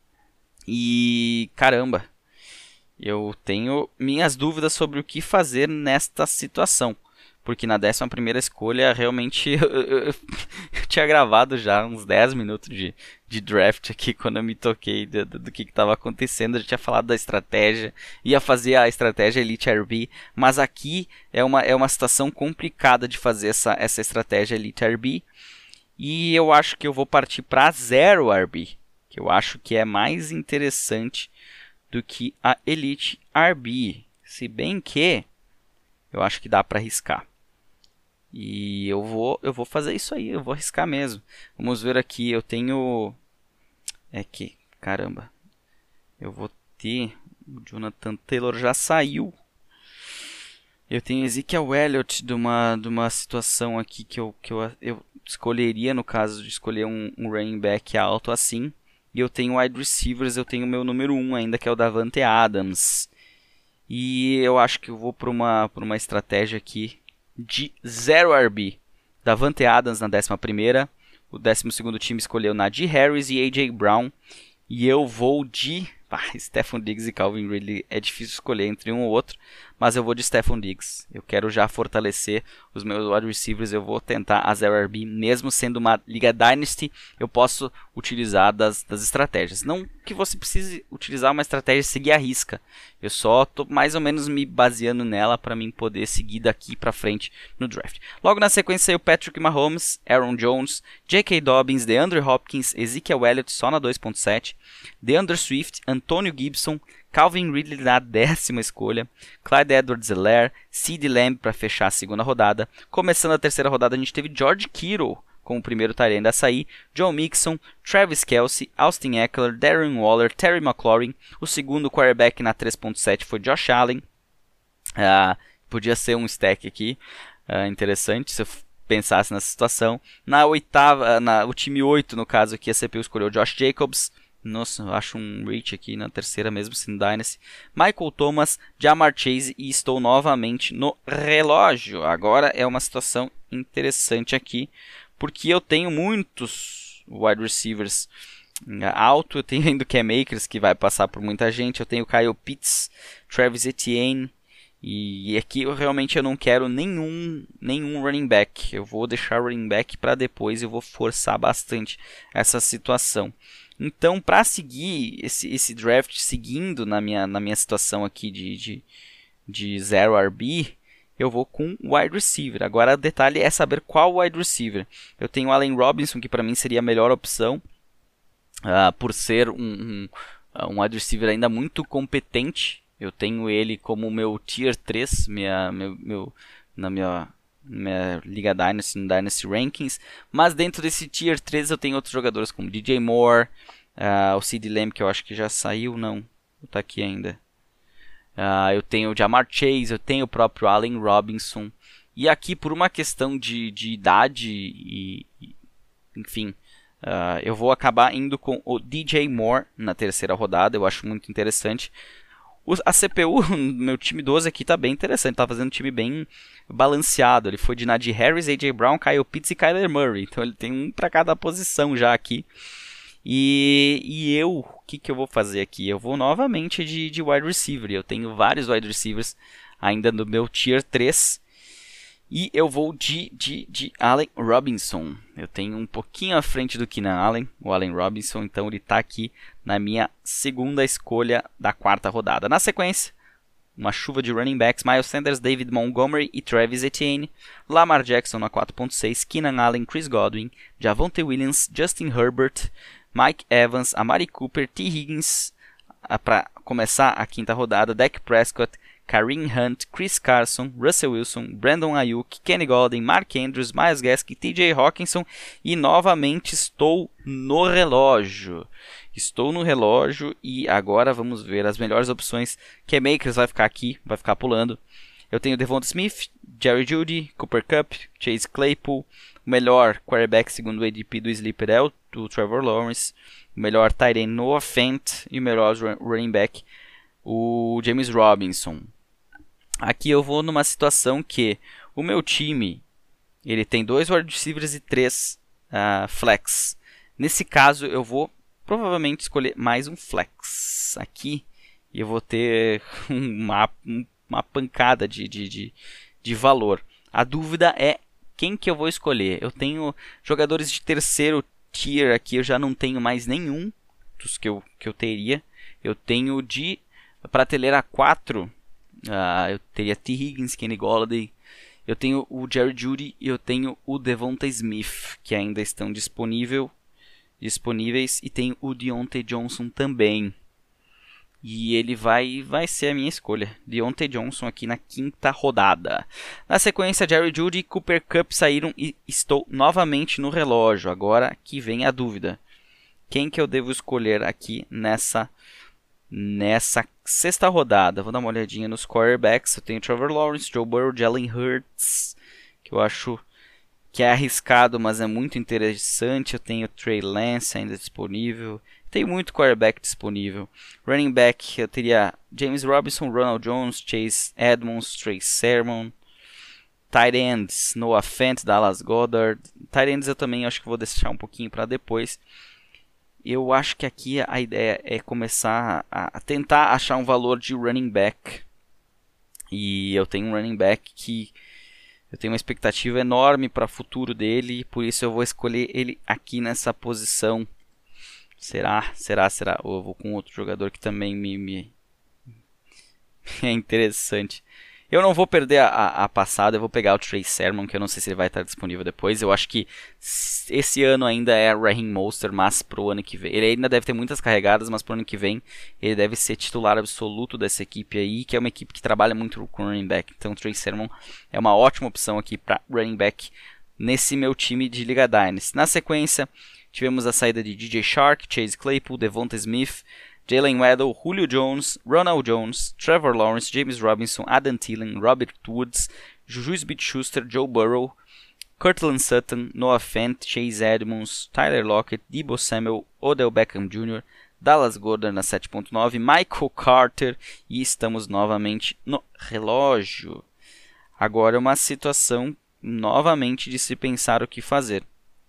[SPEAKER 2] e caramba, eu tenho minhas dúvidas sobre o que fazer nesta situação. Porque na décima primeira escolha, realmente, eu, eu, eu tinha gravado já uns dez minutos de, de draft aqui, quando eu me toquei do, do, do que estava acontecendo. Eu já tinha falado da estratégia, ia fazer a estratégia Elite R B, mas aqui é uma, é uma situação complicada de fazer essa, essa estratégia Elite R B. E eu acho que eu vou partir para zero R B, que eu acho que é mais interessante do que a Elite R B. Se bem que eu acho que dá para arriscar. E eu vou, eu vou fazer isso aí, eu vou arriscar mesmo. Vamos ver aqui, eu tenho... É que, caramba. Eu vou ter... O Jonathan Taylor já saiu. Eu tenho Ezekiel Elliott de uma, de uma situação aqui que, eu, que eu, eu escolheria, no caso de escolher um, um running back alto assim. E eu tenho wide receivers, eu tenho o meu número um ainda, que é o Davante Adams. E eu acho que eu vou para uma, para uma estratégia aqui de zero R B. Davante Adams na décima primeira. O décimo segundo time escolheu Najee Harris e A J Brown. E eu vou de... Ah, Stefon Diggs e Calvin Ridley. É difícil escolher entre um ou outro. Mas eu vou de Stefon Diggs. Eu quero já fortalecer os meus wide receivers. Eu vou tentar a zero R B. Mesmo sendo uma Liga Dynasty, eu posso utilizar das, das estratégias. Não que você precise utilizar uma estratégia e seguir a risca. Eu só estou mais ou menos me baseando nela para mim poder seguir daqui para frente no draft. Logo na sequência saiu Patrick Mahomes, Aaron Jones, J K. Dobbins, DeAndre Hopkins, Ezekiel Elliott só na dois ponto sete, DeAndre Swift, Antonio Gibson, Calvin Ridley na décima escolha, Clyde Edwards-Helaire, CeeDee Lamb para fechar a segunda rodada. Começando a terceira rodada a gente teve George Kittle como o primeiro tight end a sair, Joe Mixon, Travis Kelce, Austin Eckler, Darren Waller, Terry McLaurin. O segundo quarterback na três ponto sete foi Josh Allen. Uh, podia ser um stack aqui, uh, interessante se eu pensasse nessa situação. Na oitava, na, o time oito no caso aqui, a C P U escolheu Josh Jacobs. Nossa, eu acho um reach aqui na terceira mesmo, sem Dynasty. Michael Thomas, Ja'Marr Chase e estou novamente no relógio. Agora é uma situação interessante aqui, porque eu tenho muitos wide receivers alto. Eu tenho ainda o Cam Akers, que vai passar por muita gente. Eu tenho Kyle Pitts, Travis Etienne. E aqui eu realmente eu não quero nenhum, nenhum running back. Eu vou deixar o running back para depois. Eu vou forçar bastante essa situação. Então, para seguir esse, esse draft, seguindo na minha, na minha situação aqui de, de, de zero R B, eu vou com wide receiver. Agora, o detalhe é saber qual wide receiver. Eu tenho Allen Robinson, que para mim seria a melhor opção, uh, por ser um, um, um wide receiver ainda muito competente. Eu tenho ele como meu tier três, minha, meu, meu, na minha... minha Liga Dynasty, no Dynasty Rankings, mas dentro desse Tier três eu tenho outros jogadores como D J Moore, uh, o CeeDee Lamb, que eu acho que já saiu, não, está aqui ainda. Uh, eu tenho o Ja'Marr Chase, eu tenho o próprio Allen Robinson, e aqui por uma questão de, de idade, e, e enfim, uh, eu vou acabar indo com o D J Moore na terceira rodada, eu acho muito interessante. A C P U, meu time doze aqui tá bem interessante, tá fazendo um time bem balanceado. Ele foi de Najee Harris, A J Brown, Kyle Pitts e Kyler Murray. Então ele tem um para cada posição já aqui. E, e eu, o que, que eu vou fazer aqui? Eu vou novamente de, de wide receiver. Eu tenho vários wide receivers ainda no meu Tier três. E eu vou de, de, de Allen Robinson. Eu tenho um pouquinho à frente do Keenan Allen, o Allen Robinson. Então ele está aqui na minha segunda escolha da quarta rodada. Na sequência, uma chuva de running backs. Miles Sanders, David Montgomery e Travis Etienne. Lamar Jackson na quatro ponto seis. Keenan Allen, Chris Godwin, Javonte Williams, Justin Herbert, Mike Evans, Amari Cooper, T. Higgins. Para começar a quinta rodada, Dak Prescott, Kareem Hunt, Chris Carson, Russell Wilson, Brandon Ayuk, Kenny Golladay, Mark Andrews, Myles Gaskin, T J Hawkinson e novamente estou no relógio. Estou no relógio e agora vamos ver as melhores opções. Cam Akers vai ficar aqui, vai ficar pulando. Eu tenho Devonta Smith, Jerry Jeudy, Cooper Kupp, Chase Claypool, O melhor quarterback, segundo o A D P do Sleeper, é o, o Trevor Lawrence. O melhor tight end, Noah Fant. E o melhor running back, o James Robinson. Aqui eu vou numa situação que o meu time ele tem dois wide receivers e três uh, flex. Nesse caso eu vou provavelmente escolher mais um flex. Aqui eu vou ter uma, uma pancada de, de, de, de valor. A dúvida é quem que eu vou escolher. Eu tenho jogadores de terceiro tier aqui, eu já não tenho mais nenhum dos que eu, que eu teria. Eu tenho de prateleira quatro, uh, eu teria T. Higgins, Kenny Golladay. Eu tenho o Jerry Jeudy e eu tenho o Devonta Smith, que ainda estão disponível, disponíveis. E tenho o Diontae Johnson também. E ele vai, vai ser a minha escolha. Diontae Johnson aqui na quinta rodada. Na sequência, Jerry Jeudy e Cooper Kupp saíram e estou novamente no relógio. Agora que vem a dúvida. Quem que eu devo escolher aqui nessa, nessa sexta rodada? Vou dar uma olhadinha nos quarterbacks. Eu tenho Trevor Lawrence, Joe Burrow, Jalen Hurts, que eu acho que é arriscado, mas é muito interessante. Eu tenho Trey Lance ainda disponível. Tem muito quarterback disponível. Running back, eu teria James Robinson, Ronald Jones, Chase Edmonds, Trey Sermon. Tight ends, Noah Fant, Dallas Goedert. Tight ends eu também acho que vou deixar um pouquinho para depois. Eu acho que aqui a ideia é começar a tentar achar um valor de running back. E eu tenho um running back que eu tenho uma expectativa enorme para o futuro dele. Por isso eu vou escolher ele aqui nessa posição. Será? Será? Será? Ou eu vou com outro jogador que também me, me... é interessante. Eu não vou perder a, a, a passada, eu vou pegar o Trey Sermon, que eu não sei se ele vai estar disponível depois. Eu acho que esse ano ainda é Raheem Mostert, mas pro ano que vem... Ele ainda deve ter muitas carregadas, mas pro ano que vem ele deve ser titular absoluto dessa equipe aí, que é uma equipe que trabalha muito com running back. Então o Trey Sermon é uma ótima opção aqui para running back nesse meu time de Liga Dynasty. Na sequência, tivemos a saída de D J Shark, Chase Claypool, Devonta Smith, Jalen Waddle, Julio Jones, Ronald Jones, Trevor Lawrence, James Robinson, Adam Thielen, Robert Woods, Juju Smith-Schuster, Joe Burrow, Courtland Sutton, Noah Fant, Chase Edmonds, Tyler Lockett, Deebo Samuel, Odell Beckham Júnior, Dallas Goedert na sete ponto nove, Michael Carter e estamos novamente no relógio. Agora é uma situação novamente de se pensar o que fazer.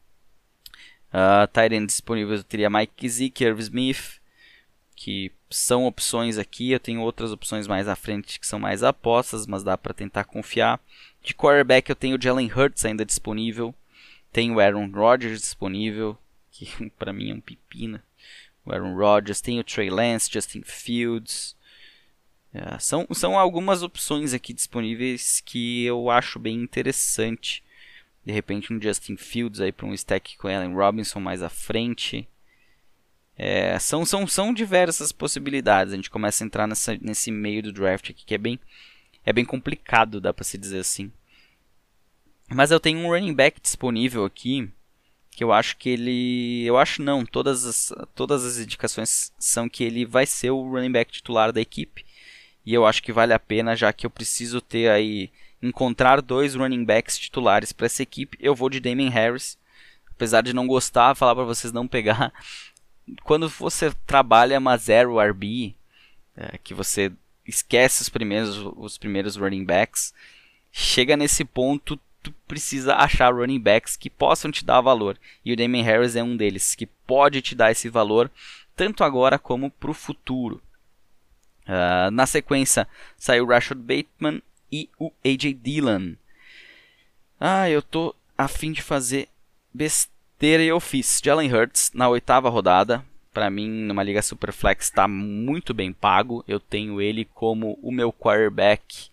[SPEAKER 2] Uh, tight end disponível eu teria Mike Gesicki, Irv Smith, que são opções aqui. Eu tenho outras opções mais à frente que são mais apostas, mas dá para tentar confiar. De quarterback eu tenho o Jalen Hurts ainda disponível, tenho o Aaron Rodgers disponível, que para mim é um pepino. O Aaron Rodgers, tenho o Trey Lance, Justin Fields. Uh, são, são algumas opções aqui disponíveis que eu acho bem interessante. De repente um Justin Fields aí para um stack com Allen Robinson mais à frente. É, são, são, são diversas possibilidades. A gente começa a entrar nessa, nesse meio do draft aqui que é bem, é bem complicado, dá para se dizer assim. Mas eu tenho um running back disponível aqui que eu acho que ele... Eu acho não, todas as, todas as indicações são que ele vai ser o running back titular da equipe. E eu acho que vale a pena, já que eu preciso ter aí... encontrar dois running backs titulares para essa equipe. Eu vou de Damien Harris, apesar de não gostar, falar para vocês não pegar. Quando você trabalha uma zero R B, é, que você esquece os primeiros, os primeiros running backs, chega nesse ponto, tu precisa achar running backs que possam te dar valor. E o Damien Harris é um deles, que pode te dar esse valor, tanto agora como para o futuro. Uh, na sequência, saiu o Rashad Bateman e o A J Dillon. Ah, eu tô a fim de fazer besteira e eu fiz. Jalen Hurts na oitava rodada. Para mim, numa liga Superflex, está muito bem pago. Eu tenho ele como o meu quarterback.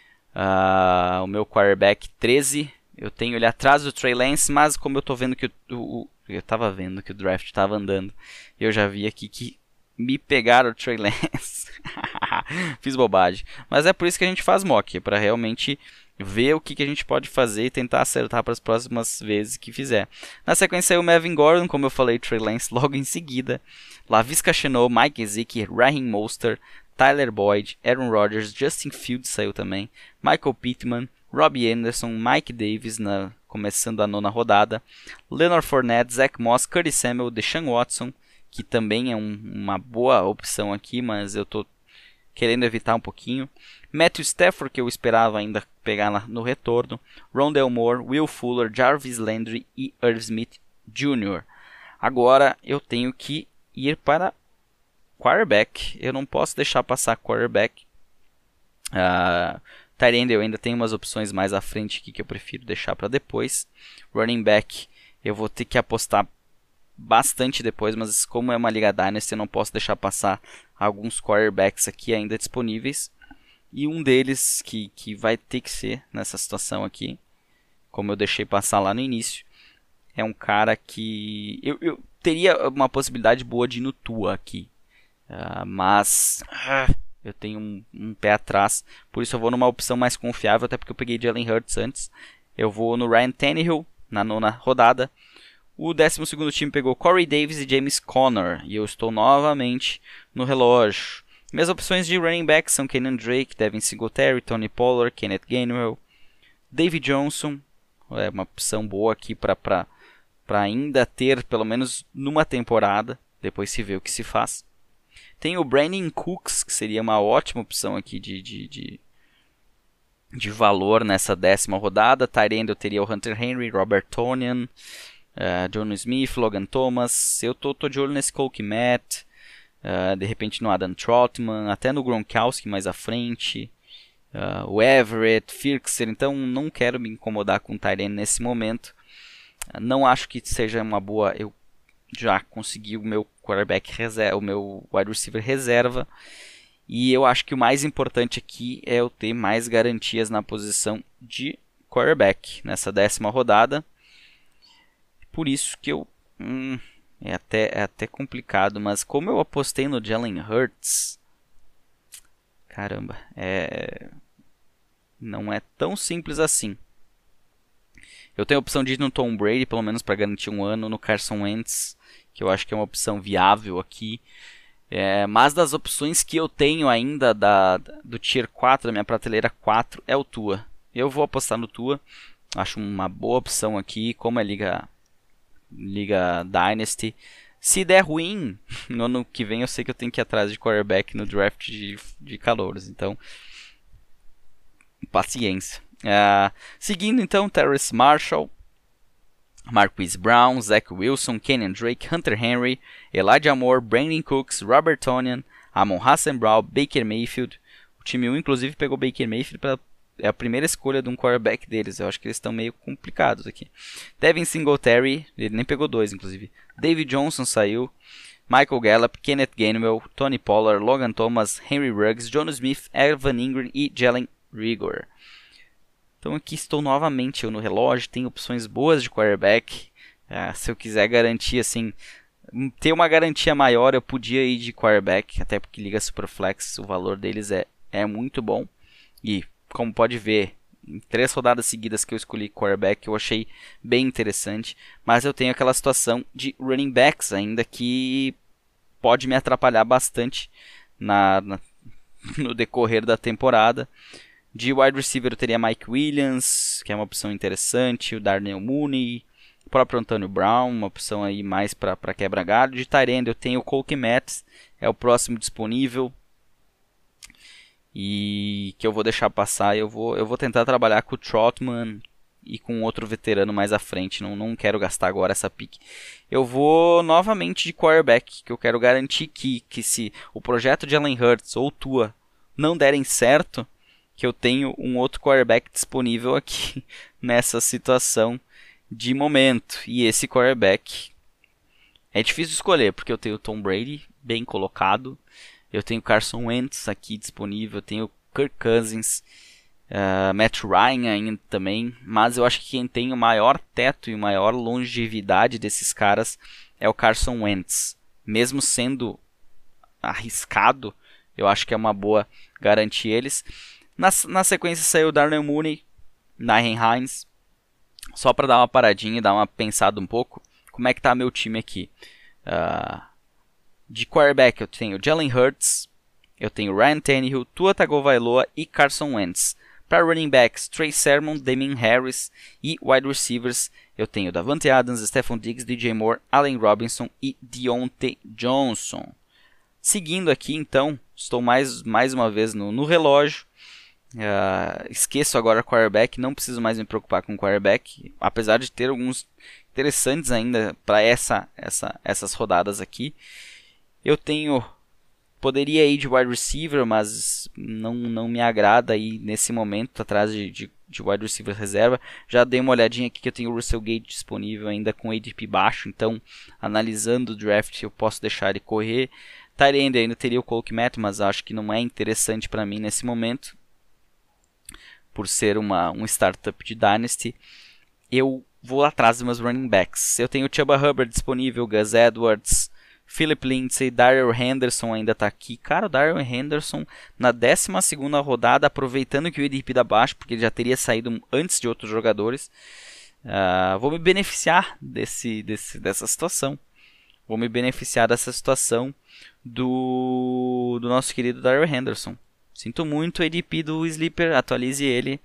[SPEAKER 2] Uh, o meu quarterback treze. Eu tenho ele atrás do Trey Lance, mas como eu tô vendo que o, o eu tava vendo que o draft estava andando, eu já vi aqui que me pegaram o Trey Lance. Fiz bobagem. Mas é por isso que a gente faz mock, para realmente ver o que, que a gente pode fazer e tentar acertar para as próximas vezes que fizer. Na sequência, o Melvin Gordon, como eu falei, Trey Lance logo em seguida. Laviska Shenault, Mike Gesicki, Raheem Mostert, Tyler Boyd, Aaron Rodgers, Justin Fields saiu também, Michael Pittman, Robbie Anderson, Mike Davis, na, começando a nona rodada, Leonard Fournette, Zach Moss, Curtis Samuel, Deshaun Watson, que também é um, uma boa opção aqui, mas eu estou querendo evitar um pouquinho. Matthew Stafford, que eu esperava ainda pegar no retorno. Rondale Moore, Will Fuller, Jarvis Landry e Irv Smith Júnior Agora eu tenho que ir para quarterback. Eu não posso deixar passar quarterback. Uh, Tight end eu ainda tenho umas opções mais à frente aqui que eu prefiro deixar para depois. Running back eu vou ter que apostar bastante depois, mas como é uma Liga Dynasty eu não posso deixar passar alguns quarterbacks aqui ainda disponíveis. E um deles que, que vai ter que ser nessa situação aqui, como eu deixei passar lá no início, é um cara que eu, eu teria uma possibilidade boa de ir no Tua aqui, uh, mas uh, eu tenho um, um pé atrás, por isso eu vou numa opção mais confiável, até porque eu peguei Jalen Hurts antes. Eu vou no Ryan Tannehill na nona rodada. O décimo segundo time pegou Corey Davis e James Conner, e eu estou novamente no relógio. Minhas opções de running back são Kenyan Drake, Devin Singletary, Tony Pollard, Kenneth Gainwell, David Johnson, é uma opção boa aqui para ainda ter pelo menos numa temporada, depois se vê o que se faz. Tem o Brandon Cooks, que seria uma ótima opção aqui de, de, de, de valor nessa décima rodada. Tight end eu teria o Hunter Henry, Robert Tonyan, uh, John Smith, Logan Thomas. Eu tô, tô de olho nesse Cole Kmet. Uh, de repente no Adam Troutman, até no Gronkowski mais à frente, uh, o Everett, Firkser, então não quero me incomodar com o tight end nesse momento. Uh, não acho que seja uma boa, eu já consegui o meu quarterback reserva, o meu wide receiver reserva, e eu acho que o mais importante aqui é eu ter mais garantias na posição de quarterback nessa décima rodada. Por isso que eu... Hum, É até, é até complicado, mas como eu apostei no Jalen Hurts, caramba, é... não é tão simples assim. Eu tenho a opção de ir no Tom Brady, pelo menos para garantir um ano, no Carson Wentz, que eu acho que é uma opção viável aqui. É, mas das opções que eu tenho ainda da, do Tier quatro, da minha prateleira quatro, é o Tua. Eu vou apostar no Tua, acho uma boa opção aqui, como é Liga... Liga Dynasty. Se der ruim, no ano que vem eu sei que eu tenho que ir atrás de quarterback no draft de, de calouros. Então, paciência. Uh, seguindo então, Terrace Marshall, Marquise Brown, Zach Wilson, Kenyan Drake, Hunter Henry, Elijah Moore, Brandon Cooks, Robert Tonyan, Amon-Ra Saint Brown, Baker Mayfield. O time um inclusive pegou Baker Mayfield para é a primeira escolha de um quarterback deles. Eu acho que eles estão meio complicados aqui. Devin Singletary, ele nem pegou dois, inclusive. David Johnson saiu. Michael Gallup, Kenneth Gainwell, Tony Pollard, Logan Thomas, Henry Ruggs, John Smith, Evan Ingram e Jalen Rigor. Então aqui estou novamente eu no relógio. Tem opções boas de quarterback. É, se eu quiser garantir assim, ter uma garantia maior, eu podia ir de quarterback. Até porque Liga Superflex, o valor deles é, é muito bom. E como pode ver, em três rodadas seguidas que eu escolhi quarterback, eu achei bem interessante. Mas eu tenho aquela situação de running backs ainda que pode me atrapalhar bastante na, na, no decorrer da temporada. De wide receiver eu teria Mike Williams, que é uma opção interessante. O Darnell Mooney, o próprio Antonio Brown, uma opção aí mais para quebra-galho. De tight end eu tenho o Cole Kmet, é o próximo disponível. E que eu vou deixar passar. Eu vou, eu vou tentar trabalhar com o Troutman e com outro veterano mais à frente. Não, não quero gastar agora essa pick. Eu vou novamente de quarterback, que eu quero garantir que, que se o projeto de Jalen Hurts ou Tua não derem certo, que eu tenho um outro quarterback disponível aqui nessa situação de momento. E esse quarterback é difícil escolher, porque eu tenho o Tom Brady bem colocado. Eu tenho Carson Wentz aqui disponível, eu tenho Kirk Cousins, uh, Matt Ryan ainda também, mas eu acho que quem tem o maior teto e o maior longevidade desses caras é o Carson Wentz. Mesmo sendo arriscado, eu acho que é uma boa garantir eles. Na, na sequência saiu o Darnell Mooney, Nyheim Hines, só para dar uma paradinha e dar uma pensada um pouco, como é que tá meu time aqui. Uh, De quarterback eu tenho Jalen Hurts, eu tenho Ryan Tannehill, Tua Tagovailoa e Carson Wentz. Para running backs, Trey Sermon, Damien Harris. E wide receivers, eu tenho Davante Adams, Stephon Diggs, D J Moore, Allen Robinson e Deontay Johnson. Seguindo aqui, então, estou mais, mais uma vez no, no relógio. Uh, esqueço agora o quarterback, não preciso mais me preocupar com o quarterback, apesar de ter alguns interessantes ainda para essa, essa, essas rodadas aqui. Eu tenho, poderia ir de wide receiver, mas não, não me agrada aí nesse momento atrás de, de, de wide receiver reserva. Já dei uma olhadinha aqui que eu tenho o Russell Gage disponível ainda com A D P baixo, então analisando o draft eu posso deixar ele correr. Tight end ainda teria o Cole Kmet, mas acho que não é interessante para mim nesse momento, por ser uma, um startup de Dynasty. Eu vou atrás dos meus running backs. Eu tenho o Chuba Hubbard disponível, Gus Edwards, Philip Lindsay, Darrell Henderson ainda está aqui. Cara, o Darrell Henderson na décima segunda rodada, aproveitando que o A D P dá baixo, porque ele já teria saído antes de outros jogadores. Uh, vou me beneficiar desse, desse, dessa situação. Vou me beneficiar dessa situação do, do nosso querido Darrell Henderson. Sinto muito, o A D P do Sleeper, atualize ele.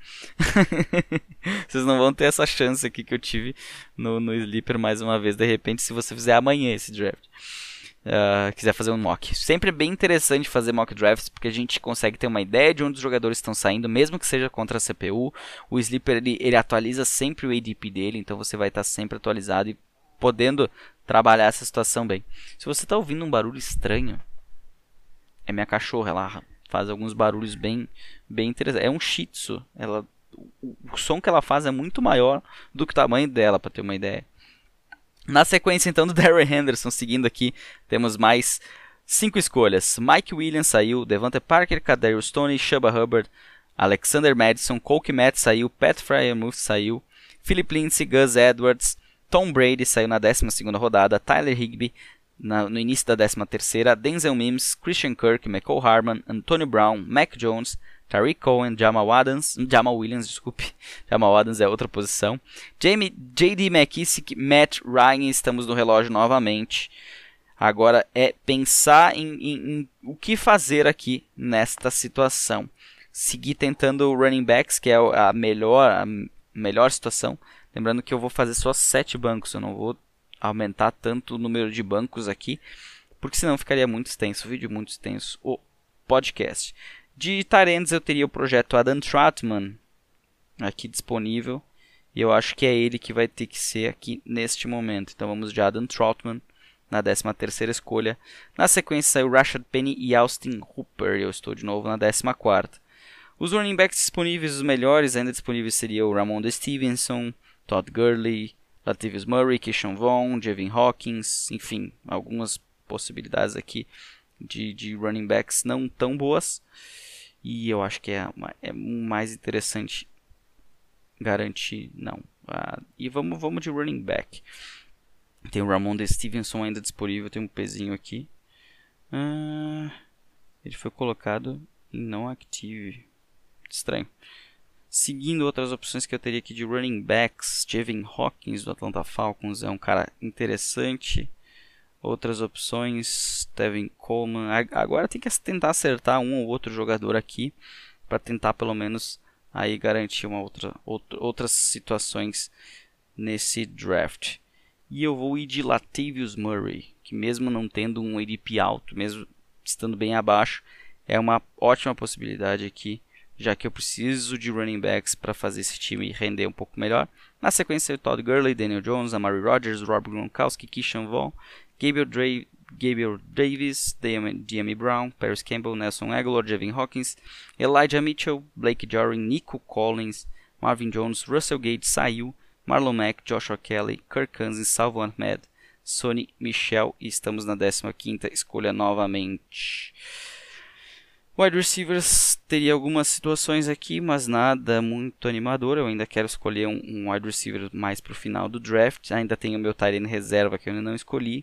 [SPEAKER 2] Vocês não vão ter essa chance aqui que eu tive no, no Sleeper mais uma vez, de repente, se você fizer amanhã esse draft. Uh, quiser fazer um mock. Sempre é bem interessante fazer mock drafts, porque a gente consegue ter uma ideia de onde os jogadores estão saindo, mesmo que seja contra a C P U. O Sleeper, ele, ele atualiza sempre o A D P dele, então você vai estar sempre atualizado e podendo trabalhar essa situação bem. Se você está ouvindo um barulho estranho, é minha cachorra, ela faz alguns barulhos bem, bem interessantes. É um Shih Tzu. Ela, o, o som que ela faz é muito maior do que o tamanho dela, para ter uma ideia. Na sequência, então, do Darrell Henderson, seguindo aqui, temos mais cinco escolhas. Mike Williams saiu, Devontae Parker, Kadarius Stoney, Chuba Hubbard, Alexander Mattison, Cole Kmet saiu, Pat Freiermuth saiu, Philip Lindsay, Gus Edwards, Tom Brady saiu na décima segunda rodada, Tyler Higbee na, no início da décima terceira, Denzel Mims, Christian Kirk, McCall Harman, Antonio Brown, Mac Jones, Tariq Cohen, Jamal Adams, Jamal Williams, desculpe, Jamal Adams é outra posição, Jamie, J D McKissick, Matt Ryan, estamos no relógio novamente. Agora é pensar em, em, em o que fazer aqui nesta situação. Seguir tentando running backs, que é a melhor, a melhor situação. Lembrando que eu vou fazer só sete bancos, eu não vou aumentar tanto o número de bancos aqui, porque senão ficaria muito extenso o vídeo, muito extenso o podcast. De tight ends eu teria o projeto Adam Trautman aqui disponível, e eu acho que é ele que vai ter que ser aqui neste momento. Então vamos de Adam Trautman na décima terceira escolha. Na sequência saiu Rashad Penny e Austin Hooper, eu estou de novo na décima quarta. Os running backs disponíveis, os melhores ainda disponíveis seriam o Ramondre Stevenson, Todd Gurley, Latavius Murray, Keyshawn Vaughn, Javin Hawkins, enfim, algumas possibilidades aqui de, de running backs não tão boas. E eu acho que é, uma, é mais interessante garantir, não. Ah, e vamos, vamos de running back. Tem o Ramondre Stevenson ainda disponível, tem um pezinho aqui. Ah, ele foi colocado em não active. Estranho. Seguindo outras opções que eu teria aqui de running backs, Javin Hawkins do Atlanta Falcons é um cara interessante. Outras opções, Tevin Coleman. Agora tem que tentar acertar um ou outro jogador aqui para tentar pelo menos aí garantir uma outra, outra, outras situações nesse draft. E eu vou ir de Latavius Murray, que mesmo não tendo um A D P alto, mesmo estando bem abaixo, é uma ótima possibilidade aqui, já que eu preciso de running backs para fazer esse time render um pouco melhor. Na sequência, Todd Gurley, Daniel Jones, Amari Rodgers, Rob Gronkowski, Keyshawn Vaughn, Gabriel, Dra- Gabriel Davis, D M Brown, Paris Campbell, Nelson Aguilar, Javin Hawkins, Elijah Mitchell, Blake Jarwin, Nico Collins, Marvin Jones, Russell Gage saiu, Marlon Mack, Joshua Kelly, Kirk Cousins, Salvo Ahmed, Sonny Michel, e estamos na décima quinta escolha novamente. Wide receivers, teria algumas situações aqui, mas nada muito animador. Eu ainda quero escolher um, um wide receiver mais para o final do draft. Ainda tenho o meu tight end reserva que eu ainda não escolhi.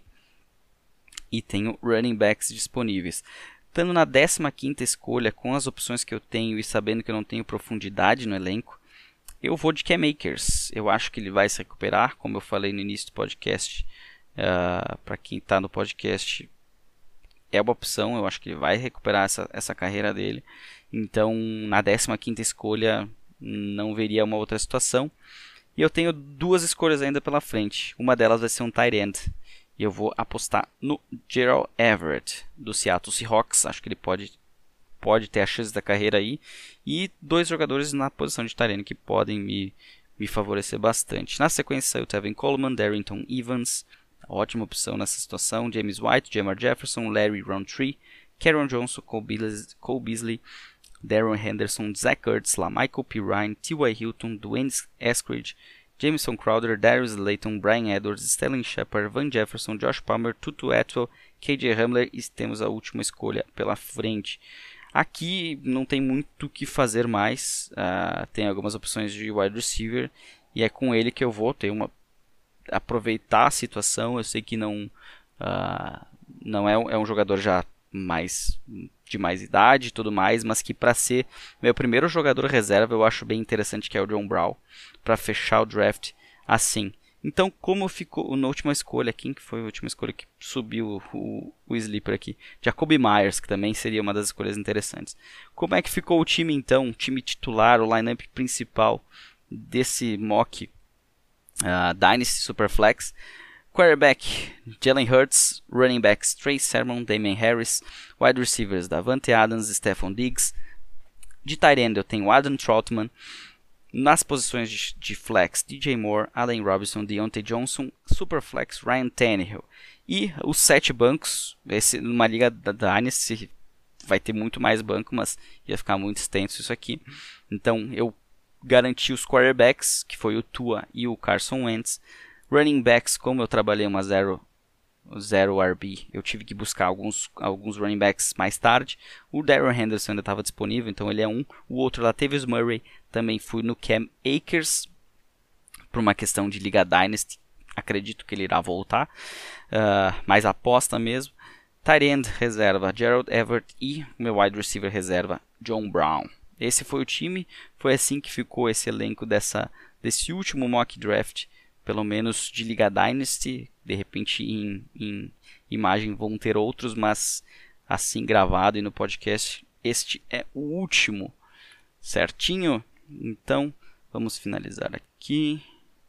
[SPEAKER 2] E tenho running backs disponíveis. Estando na décima quinta escolha, com as opções que eu tenho e sabendo que eu não tenho profundidade no elenco, eu vou de Cam Akers. Eu acho que ele vai se recuperar, como eu falei no início do podcast. Uh, para quem está no podcast, é uma opção, eu acho que ele vai recuperar essa, essa carreira dele. Então, na décima quinta escolha, não veria uma outra situação. E eu tenho duas escolhas ainda pela frente. Uma delas vai ser um tight end. E eu vou apostar no Gerald Everett, do Seattle Seahawks. Acho que ele pode, pode ter a chance da carreira aí. E dois jogadores na posição de tight end que podem me, me favorecer bastante. Na sequência saiu Tevin Coleman, Darrington Evans. Ótima opção nessa situação. James White, Jamar Jefferson, Larry Roundtree, Caron Johnson, Cole Beasley, Cole Beasley Darren Henderson, Zach Ertz, LaMichael Pirine, T Y Hilton, Dwayne Eskridge, Jameson Crowder, Darius Slayton, Brian Edwards, Sterling Shepard, Van Jefferson, Josh Palmer, Tutu Atwell, K J Hamler e temos a última escolha pela frente. Aqui não tem muito o que fazer mais, uh, tem algumas opções de wide receiver e é com ele que eu vou ter uma aproveitar a situação. Eu sei que não, uh, não é, é um jogador já mais de mais idade e tudo mais, mas que para ser meu primeiro jogador reserva eu acho bem interessante, que é o John Brown, para fechar o draft assim. Então, como ficou na última escolha, quem que foi a última escolha que subiu o, o, o sleeper aqui? Jacoby Myers, que também seria uma das escolhas interessantes. Como é que ficou o time então, o time titular, o lineup principal desse mock uh, Dynasty Superflex? Quarterback, Jalen Hurts. Running backs, Trey Sermon, Damian Harris. Wide receivers, Davante Adams, Stephon Diggs. De tight end eu tenho Adam Troutman. Nas posições de, de flex, D J Moore, Allen Robinson, Deontay Johnson. Superflex, Ryan Tannehill. E os sete bancos, esse, numa liga da Dynasty vai ter muito mais banco, mas ia ficar muito extenso isso aqui. Então eu garanti os quarterbacks, que foi o Tua e o Carson Wentz. Running backs, como eu trabalhei uma zero, zero R B, eu tive que buscar alguns, alguns running backs mais tarde. O Darren Henderson ainda estava disponível, então ele é um. O outro, Latavius Murray, também fui no Cam Akers, por uma questão de Liga Dynasty. Acredito que ele irá voltar, uh, mais aposta mesmo. Tight end reserva, Gerald Everett, e meu wide receiver reserva, John Brown. Esse foi o time, foi assim que ficou esse elenco dessa, desse último mock draft, pelo menos de Liga Dynasty. De repente em, em imagem vão ter outros, mas assim gravado e no podcast, este é o último, certinho? Então vamos finalizar aqui,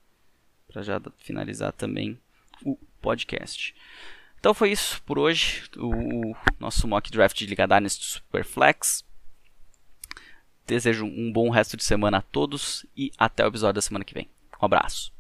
[SPEAKER 2] para já finalizar também o podcast. Então foi isso por hoje, o nosso mock draft de Liga Dynasty Superflex. Desejo um bom resto de semana a todos e até o episódio da semana que vem. Um abraço.